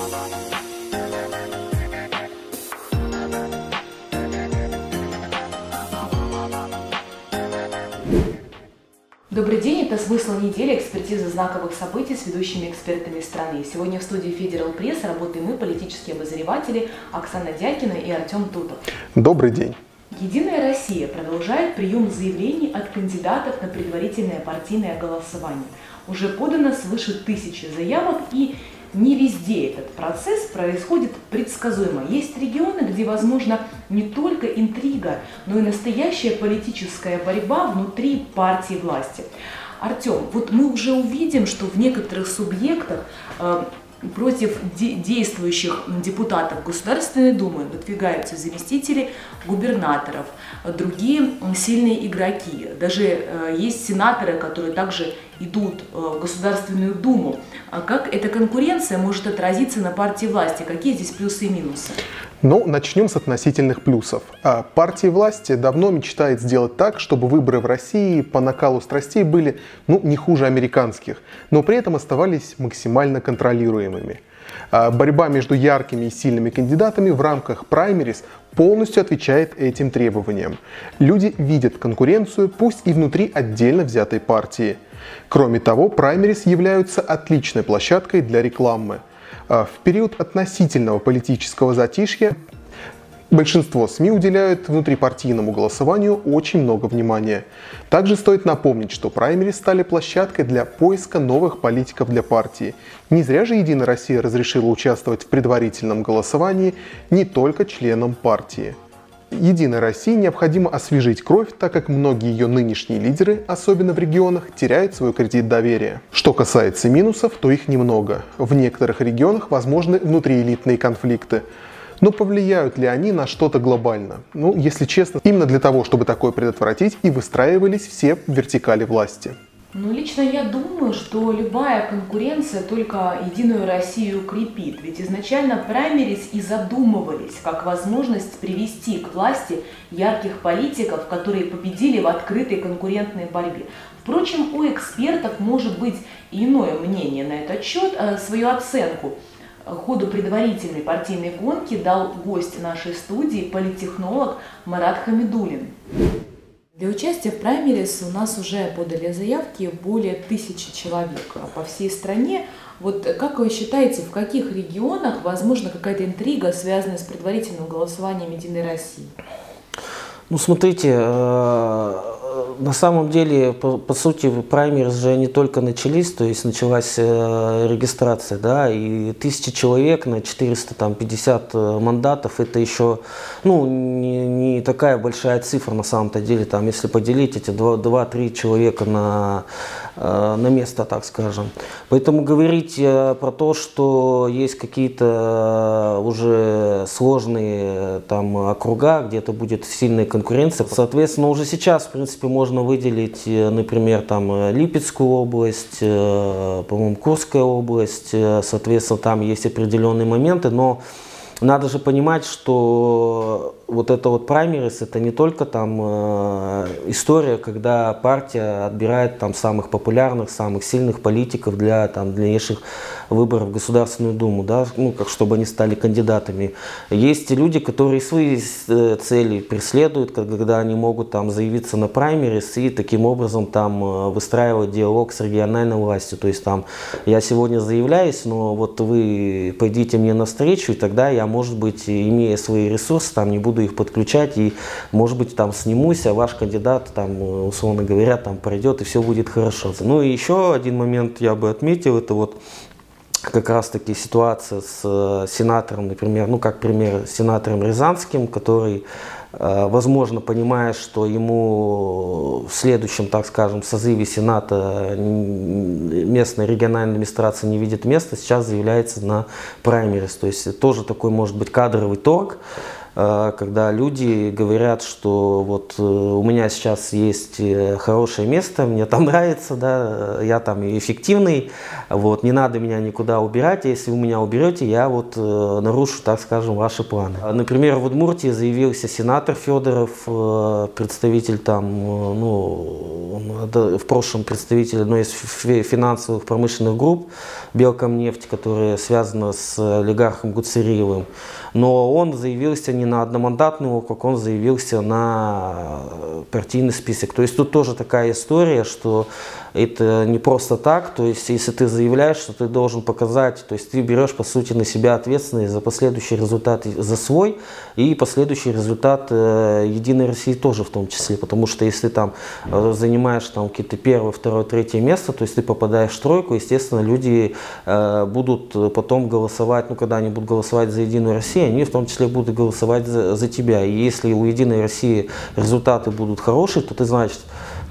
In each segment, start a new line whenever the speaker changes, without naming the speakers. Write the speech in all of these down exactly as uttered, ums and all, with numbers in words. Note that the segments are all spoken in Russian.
Добрый день, это «Смысл недели», экспертиза знаковых событий с ведущими экспертами страны. Сегодня в студии Федерал Пресс работаем мы, политические обозреватели Оксана Дякина и Артем Тутов.
Добрый день.
Единая Россия продолжает прием заявлений от кандидатов на предварительное партийное голосование. Уже подано свыше тысячи заявок, и не везде этот процесс происходит предсказуемо. Есть регионы, где возможна не только интрига, но и настоящая политическая борьба внутри партии власти. Артем, вот мы уже увидим, что в некоторых субъектах э, против де- действующих депутатов Государственной Думы выдвигаются заместители губернаторов, другие сильные игроки. Даже э, есть сенаторы, которые также идут в Государственную Думу. А как эта конкуренция может отразиться на партии власти? Какие здесь плюсы и минусы?
Ну, начнем с относительных плюсов. Партия власти давно мечтает сделать так, чтобы выборы в России по накалу страстей были, ну, не хуже американских, но при этом оставались максимально контролируемыми. Борьба между яркими и сильными кандидатами в рамках праймерис полностью отвечает этим требованиям. Люди видят конкуренцию, пусть и внутри отдельно взятой партии. Кроме того, праймерис являются отличной площадкой для рекламы. В период относительного политического затишья большинство СМИ уделяют внутрипартийному голосованию очень много внимания. Также стоит напомнить, что праймерис стали площадкой для поиска новых политиков для партии. Не зря же Единая Россия разрешила участвовать в предварительном голосовании не только членам партии. Единой России необходимо освежить кровь, так как многие ее нынешние лидеры, особенно в регионах, теряют свой кредит доверия. Что касается минусов, то их немного. В некоторых регионах возможны внутриэлитные конфликты. Но повлияют ли они на что-то глобально? Ну, если честно, именно для того, чтобы такое предотвратить, и выстраивались все вертикали власти.
Ну, лично я думаю, что любая конкуренция только Единую Россию укрепит. Ведь изначально праймерис и задумывались как возможность привести к власти ярких политиков, которые победили в открытой конкурентной борьбе. Впрочем, у экспертов может быть и иное мнение на этот счет. Свою оценку ходу предварительной партийной гонки дал гость нашей студии, политтехнолог Марат Хамидуллин. Для участия в праймерис у нас уже подали заявки более тысячи человек по всей стране. Вот как вы считаете, в каких регионах возможна какая-то интрига, связанная с предварительным голосованием Единой России?
Ну, смотрите, на самом деле, по, по сути, праймерис же не только начались, то есть началась регистрация, да, и тысяча человек на четыреста пятьдесят мандатов, это еще, ну, не, не такая большая цифра на самом-то деле, там, если поделить эти два-три человека на, на место, так скажем. Поэтому говорить про то, что есть какие-то уже сложные там округа, где-то будет сильная конкуренция, соответственно, уже сейчас, в принципе, можно выделить, например, там Липецкую область, по-моему, Курская область, соответственно, там есть определенные моменты, но надо же понимать, что вот это вот праймерис, это не только там э, история, когда партия отбирает там самых популярных, самых сильных политиков для там дальнейших выборов в Государственную Думу, да, ну, как чтобы они стали кандидатами. Есть люди, которые свои цели преследуют, когда они могут там заявиться на праймерис и таким образом там выстраивать диалог с региональной властью. То есть там я сегодня заявляюсь, но вот вы пойдите мне навстречу, и тогда я, может быть, имея свои ресурсы, там не буду их подключать и, может быть, там снимусь, а ваш кандидат, там, условно говоря, там пройдет и все будет хорошо. Ну и еще один момент я бы отметил, это вот как раз таки ситуация с сенатором, например, ну как пример, сенатором Рязанским, который, возможно, понимая, что ему в следующем, так скажем, созыве Сената местная региональная администрация не видит места, сейчас заявляется на праймерис. То есть тоже такой может быть кадровый торг. когда люди говорят, что вот у меня сейчас есть хорошее место, мне там нравится, да, я там эффективный, вот, не надо меня никуда убирать, а если вы меня уберете, я вот нарушу, так скажем, ваши планы. Например, в Удмуртии заявился сенатор Федоров, представитель там, ну, он в прошлом представитель одной из финансовых промышленных групп Белкомнефть, которая связана с олигархом Гуцериевым. Но он заявился не на одномандатный округ, он заявился на партийный список. То есть тут тоже такая история, что это не просто так. То есть если ты заявляешь, что ты должен показать, то есть ты берешь по сути на себя ответственность за последующий результат, за свой и последующий результат э, Единой России тоже в том числе. Потому что если там э, занимаешь там какие-то первое, второе, третье место, то есть ты попадаешь в тройку, естественно, люди э, будут потом голосовать, ну когда они будут голосовать за Единую Россию, они в том числе будут голосовать за, за тебя. И если у Единой России результаты будут хорошие, то ты, значит,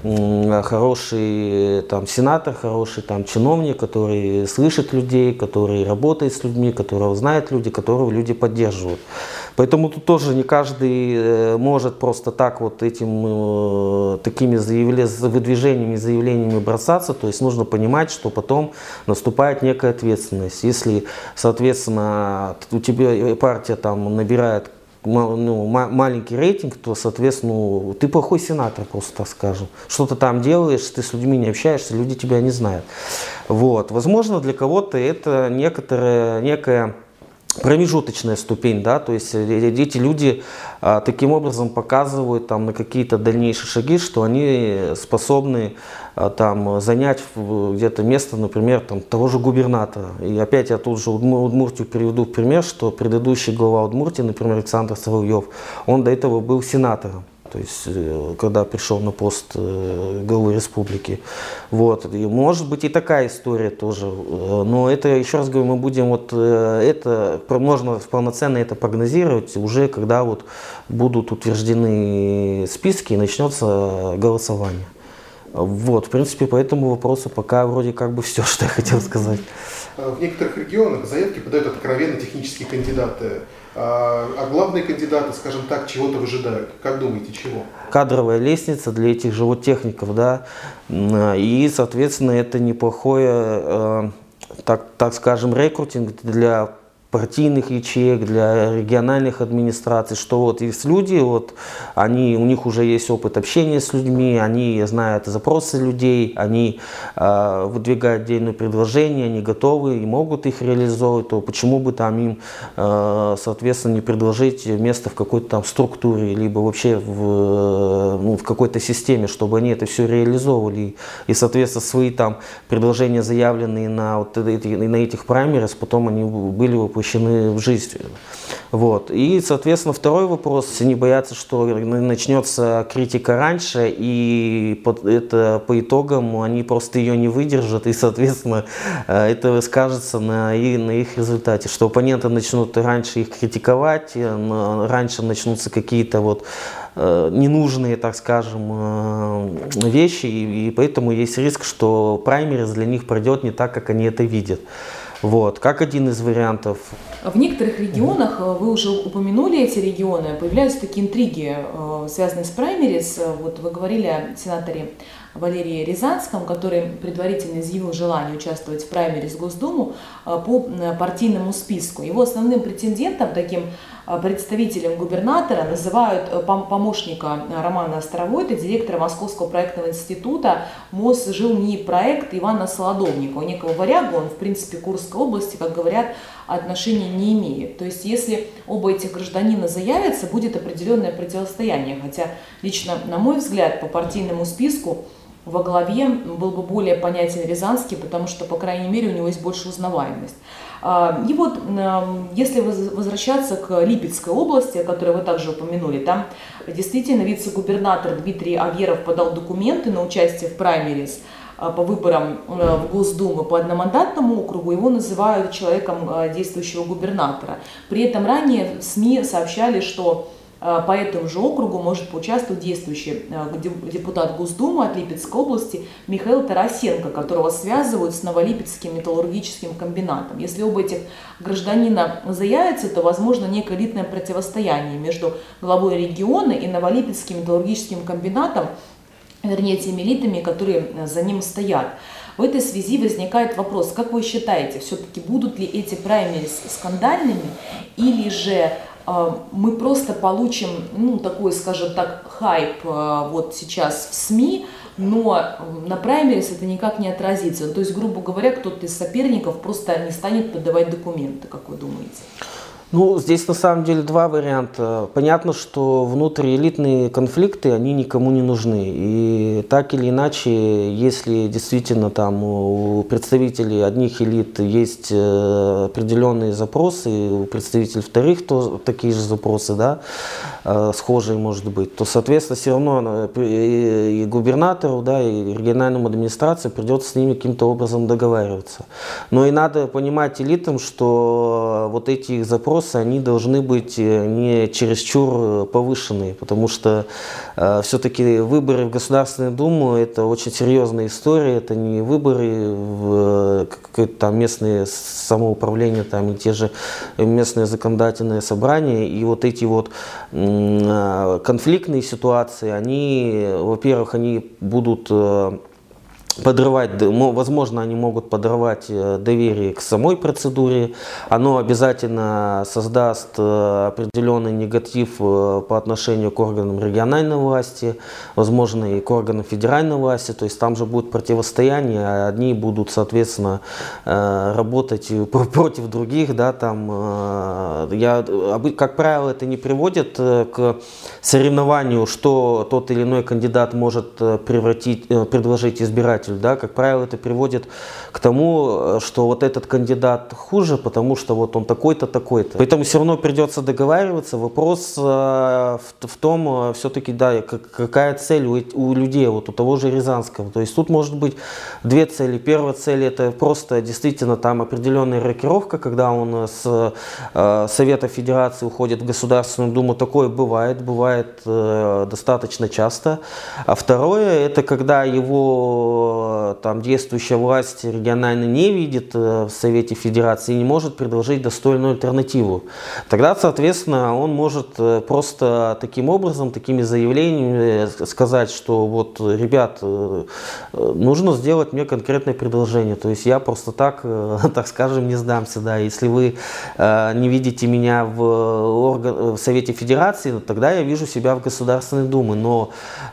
хороший там сенатор, хороший там чиновник, который слышит людей, который работает с людьми, которого знают люди, которого люди поддерживают. Поэтому тут тоже не каждый может просто так вот этим такими выдвижениями, заявлениями бросаться. То есть нужно понимать, что потом наступает некая ответственность. Если, соответственно, у тебя партия там набирает ну, маленький рейтинг, то, соответственно, ну, ты плохой сенатор, просто так скажем. Что ты там делаешь, ты с людьми не общаешься, люди тебя не знают. Вот. Возможно, для кого-то это некоторая, некая промежуточная ступень, да, то есть эти люди а, таким образом показывают там на какие-то дальнейшие шаги, что они способны а, там занять где-то место, например, там того же губернатора. И опять я тут же Удмуртию приведу в пример, что предыдущий глава Удмуртии, например, Александр Соловьев, он до этого был сенатором. То есть, когда пришел на пост главы республики. Вот. И может быть и такая история тоже. Но это, еще раз говорю, мы будем вот это, можно полноценно это прогнозировать уже, когда вот будут утверждены списки и начнется голосование. Вот, в принципе, по этому вопросу пока вроде как бы все, что я хотел сказать.
В некоторых регионах заявки подают откровенно технические кандидаты, а главные кандидаты, скажем так, чего-то выжидают. Как думаете, чего?
Кадровая лестница для этих животехников, да, и, соответственно, это неплохое, так, так скажем, рекрутинг для партийных ячеек, для региональных администраций, что вот есть люди, вот, они, у них уже есть опыт общения с людьми, они знают запросы людей, они э, выдвигают отдельные предложения, они готовы и могут их реализовывать, то почему бы там им, э, соответственно, не предложить место в какой-то там структуре, либо вообще в, ну, в какой-то системе, чтобы они это все реализовывали и, и соответственно, свои там предложения, заявленные на, вот эти, на этих праймерис, потом они были воплощены в жизнь. Вот. И, соответственно, второй вопрос. Они боятся, что начнется критика раньше, и это по итогам они просто ее не выдержат, и, соответственно, это скажется на, и, на их результате, что оппоненты начнут раньше их критиковать, раньше начнутся какие-то вот ненужные, так скажем, вещи, и поэтому есть риск, что праймерис для них пройдет не так, как они это видят. Вот, как один из вариантов.
В некоторых регионах, вы уже упомянули эти регионы, появляются такие интриги, связанные с праймерис. Вот вы говорили о сенаторе Валерии Рязанском, который предварительно изъявил желание участвовать в праймерис в Госдуму по партийному списку. Его основным претендентом, таким представителем губернатора, называют помощника Романа Островойта, директора Московского проектного института Мосжилни проект Ивана Солодовника. У некого варягу, он в принципе Курской области, как говорят, отношения не имеет. То есть если оба этих гражданина заявятся, будет определенное противостояние. Хотя лично, на мой взгляд, по партийному списку во главе был бы более понятен Рязанский, потому что, по крайней мере, у него есть больше узнаваемость. И вот, если возвращаться к Липецкой области, о которой вы также упомянули, там действительно вице-губернатор Дмитрий Аверов подал документы на участие в праймерис по выборам в Госдуму по одномандатному округу, его называют человеком действующего губернатора. При этом ранее в СМИ сообщали, что по этому же округу может поучаствовать действующий депутат Госдумы от Липецкой области Михаил Тарасенко, которого связывают с Новолипецким металлургическим комбинатом. Если оба этих гражданина заявятся, то возможно некое элитное противостояние между главой региона и Новолипецким металлургическим комбинатом, вернее, теми элитами, которые за ним стоят. В этой связи возникает вопрос, как вы считаете, все-таки будут ли эти праймерис скандальными, или же мы просто получим, ну, такой, скажем так, хайп вот сейчас в СМИ, но на праймерис это никак не отразится. То есть, грубо говоря, кто-то из соперников просто не станет подавать документы, как вы думаете?
Ну, здесь на самом деле два варианта. Понятно, что внутриэлитные конфликты, они никому не нужны. И так или иначе, если действительно там у представителей одних элит есть определенные запросы, у представителей вторых то, такие же запросы, да, схожие, может быть, то, соответственно, все равно и губернатору, да, и региональному администрации придется с ними каким-то образом договариваться. Но и надо понимать элитам, что вот эти их запросы, они должны быть не чересчур повышенные, потому что э, все-таки выборы в Государственную Думу — это очень серьезная история, это не выборы в какое-то там местное самоуправление, там, и те же местные законодательные собрания, и вот эти вот э, конфликтные ситуации, они, во-первых, они будут э, подрывать, возможно, они могут подорвать доверие к самой процедуре, оно обязательно создаст определенный негатив по отношению к органам региональной власти, возможно, и к органам федеральной власти, то есть там же будет противостояние, а одни будут, соответственно, работать против других, да, там, я, как правило, это не приводит к соревнованию, что тот или иной кандидат может превратить, предложить избирателю. Да, как правило, это приводит к тому, что вот этот кандидат хуже, потому что вот он такой-то, такой-то. Поэтому все равно придется договариваться. Вопрос э, в, в том, все-таки, да, какая цель у, у людей, вот у того же Рязанского. То есть тут может быть две цели. Первая цель — это просто действительно там определенная рокировка, когда он с э, Совета Федерации уходит в Государственную Думу. Такое бывает, бывает э, достаточно часто. А второе — это когда его там действующая власть регионально не видит в Совете Федерации и не может предложить достойную альтернативу. Тогда, соответственно, он может просто таким образом, такими заявлениями сказать, что вот, ребят, нужно сделать мне конкретное предложение. То есть я просто так, так скажем, не сдамся. Да. Если вы не видите меня в, орган, в Совете Федерации, тогда я вижу себя в Государственной Думе. Но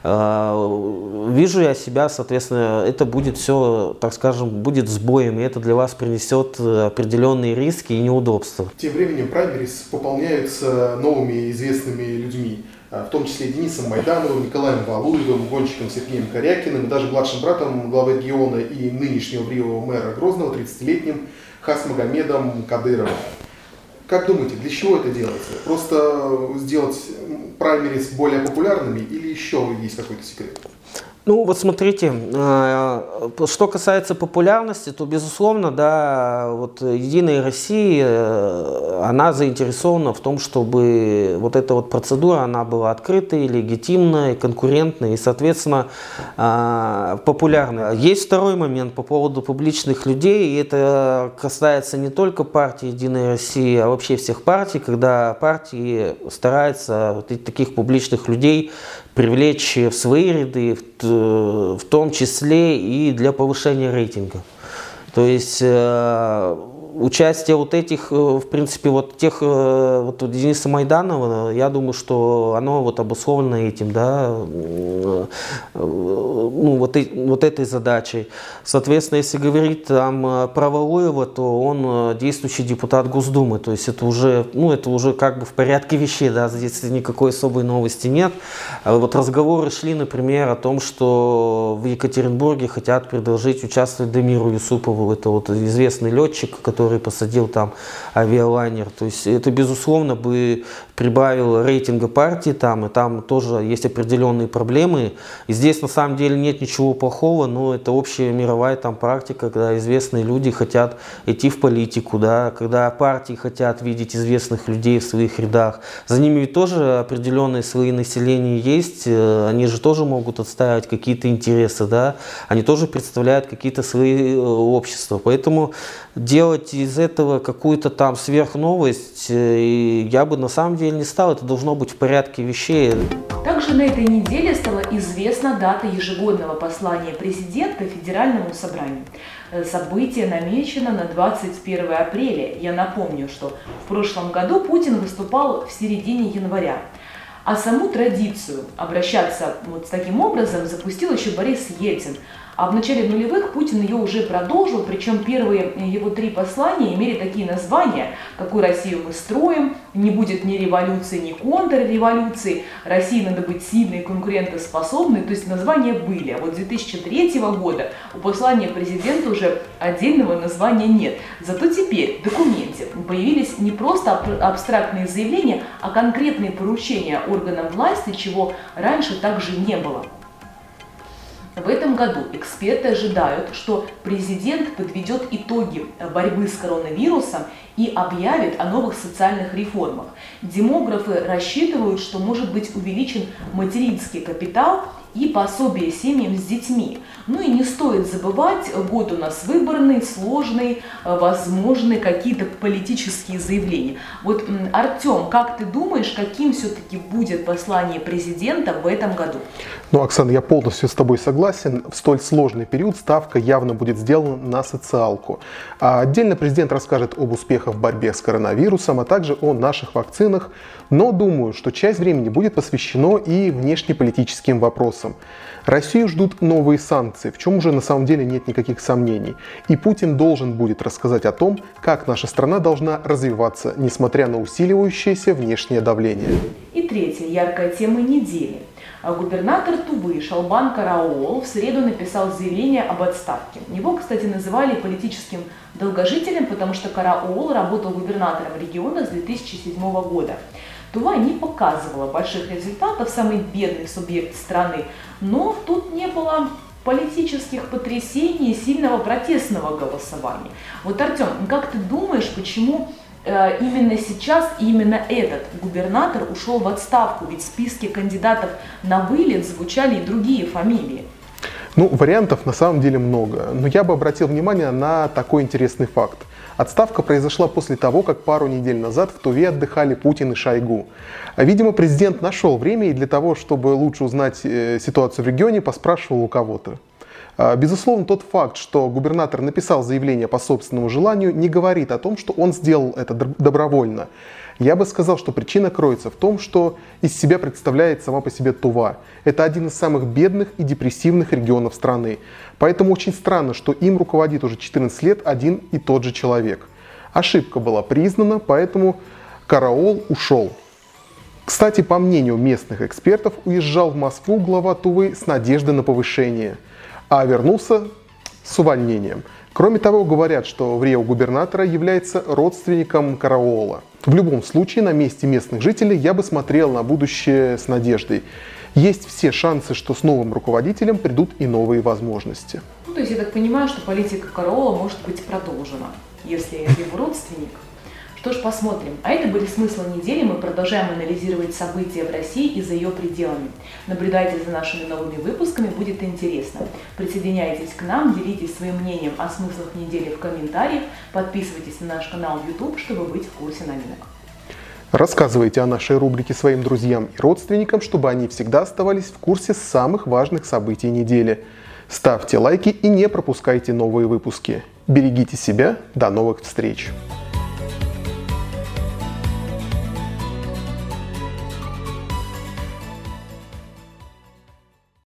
вижу я себя, соответственно, это будет все, так скажем, будет сбоем, и это для вас принесет определенные риски и неудобства.
Тем временем праймерис пополняются новыми известными людьми, в том числе Денисом Майдановым, Николаем Валуевым, гонщиком Сергеем Корякиным, и даже младшим братом главы региона и нынешнего бриевого мэра Грозного, тридцатилетним Хасмагомедом Кадыровым. Как думаете, для чего это делается? Просто сделать праймерис более популярными или еще есть какой-то секрет?
Ну, вот смотрите, что касается популярности, то, безусловно, да, вот Единая Россия, она заинтересована в том, чтобы вот эта вот процедура, она была открытой, легитимной, конкурентной и, соответственно, популярной. Есть второй момент по поводу публичных людей, и это касается не только партии Единая Россия, а вообще всех партий, когда партии стараются вот таких публичных людей привлечь в свои ряды, в, в том числе и для повышения рейтинга. То есть э, участие вот этих, в принципе, вот тех, вот Дениса Майданова, я думаю, что оно вот обусловлено этим, да, ну, вот, вот этой задачей. Соответственно, если говорить там про Валуева, то он действующий депутат Госдумы, то есть это уже, ну, это уже как бы в порядке вещей, да, здесь никакой особой новости нет. А вот разговоры шли, например, о том, что в Екатеринбурге хотят предложить участвовать Дамиру Юсупову, это вот известный летчик, который который посадил там авиалайнер. То есть это, безусловно, бы прибавило рейтинга партии там, и там тоже есть определенные проблемы. И здесь на самом деле нет ничего плохого, но это общая мировая там практика, когда известные люди хотят идти в политику, да, когда партии хотят видеть известных людей в своих рядах. За ними ведь тоже определенные слои населения есть, они же тоже могут отстаивать какие-то интересы, да, они тоже представляют какие-то свои общества. Поэтому делать из этого какую-то там сверхновость я бы на самом деле не стал, это должно быть в порядке вещей.
Также на этой неделе стала известна дата ежегодного послания президента Федеральному собранию. Событие намечено на двадцать первое апреля. Я напомню, что в прошлом году Путин выступал в середине января. А саму традицию обращаться вот с таким образом запустил еще Борис Ельцин. А в начале нулевых Путин ее уже продолжил, причем первые его три послания имели такие названия: «Какую Россию мы строим», «Не будет ни революции, ни контрреволюции», «России надо быть сильной и конкурентоспособной», то есть названия были. А вот с две тысячи третьего года у послания президента уже отдельного названия нет. Зато теперь в документе появились не просто абстрактные заявления, а конкретные поручения органам власти, чего раньше также не было. В этом году эксперты ожидают, что президент подведет итоги борьбы с коронавирусом и объявит о новых социальных реформах. Демографы рассчитывают, что может быть увеличен материнский капитал и пособие семьям с детьми. Ну и не стоит забывать, год у нас выборный, сложный, возможны какие-то политические заявления. Вот, Артем, как ты думаешь, каким все-таки будет послание президента в этом году?
Ну, Оксана, я полностью с тобой согласен. В столь сложный период ставка явно будет сделана на социалку. А отдельно президент расскажет об успехах в борьбе с коронавирусом, а также о наших вакцинах. Но думаю, что часть времени будет посвящено и внешнеполитическим вопросам. Россию ждут новые санкции, в чем уже на самом деле нет никаких сомнений. И Путин должен будет рассказать о том, как наша страна должна развиваться, несмотря на усиливающееся внешнее давление.
И третья яркая тема недели. Губернатор Тувы Шалбан Караоол в среду написал заявление об отставке. Его, кстати, называли политическим долгожителем, потому что Караоол работал губернатором региона с две тысячи седьмого года. Тува не показывала больших результатов, самый бедный субъект страны, но тут не было политических потрясений и сильного протестного голосования. Вот, Артем, как ты думаешь, почему э, именно сейчас именно этот губернатор ушел в отставку? Ведь в списке кандидатов на вылет звучали и другие фамилии.
Ну, вариантов на самом деле много, но я бы обратил внимание на такой интересный факт. Отставка произошла после того, как пару недель назад в Туве отдыхали Путин и Шойгу. Видимо, президент нашел время и для того, чтобы лучше узнать ситуацию в регионе, поспрашивал у кого-то. Безусловно, тот факт, что губернатор написал заявление по собственному желанию, не говорит о том, что он сделал это добровольно. Я бы сказал, что причина кроется в том, что из себя представляет сама по себе Тува. Это один из самых бедных и депрессивных регионов страны. Поэтому очень странно, что им руководит уже четырнадцать лет один и тот же человек. Ошибка была признана, поэтому Караоол ушел. Кстати, по мнению местных экспертов, уезжал в Москву глава Тувы с надеждой на повышение, а вернулся с увольнением. Кроме того, говорят, что врио губернатора является родственником Караоола. В любом случае, на месте местных жителей я бы смотрел на будущее с надеждой. Есть все шансы, что с новым руководителем придут и новые возможности.
Ну, то есть я так понимаю, что политика Караоола может быть продолжена, если его родственник. Что ж, посмотрим. А это были смыслы недели. Мы продолжаем анализировать события в России и за ее пределами. Наблюдайте за нашими новыми выпусками, будет интересно. Присоединяйтесь к нам, делитесь своим мнением о смыслах недели в комментариях, подписывайтесь на наш канал в YouTube, чтобы быть в курсе новинок.
Рассказывайте о нашей рубрике своим друзьям и родственникам, чтобы они всегда оставались в курсе самых важных событий недели. Ставьте лайки и не пропускайте новые выпуски. Берегите себя. До новых встреч!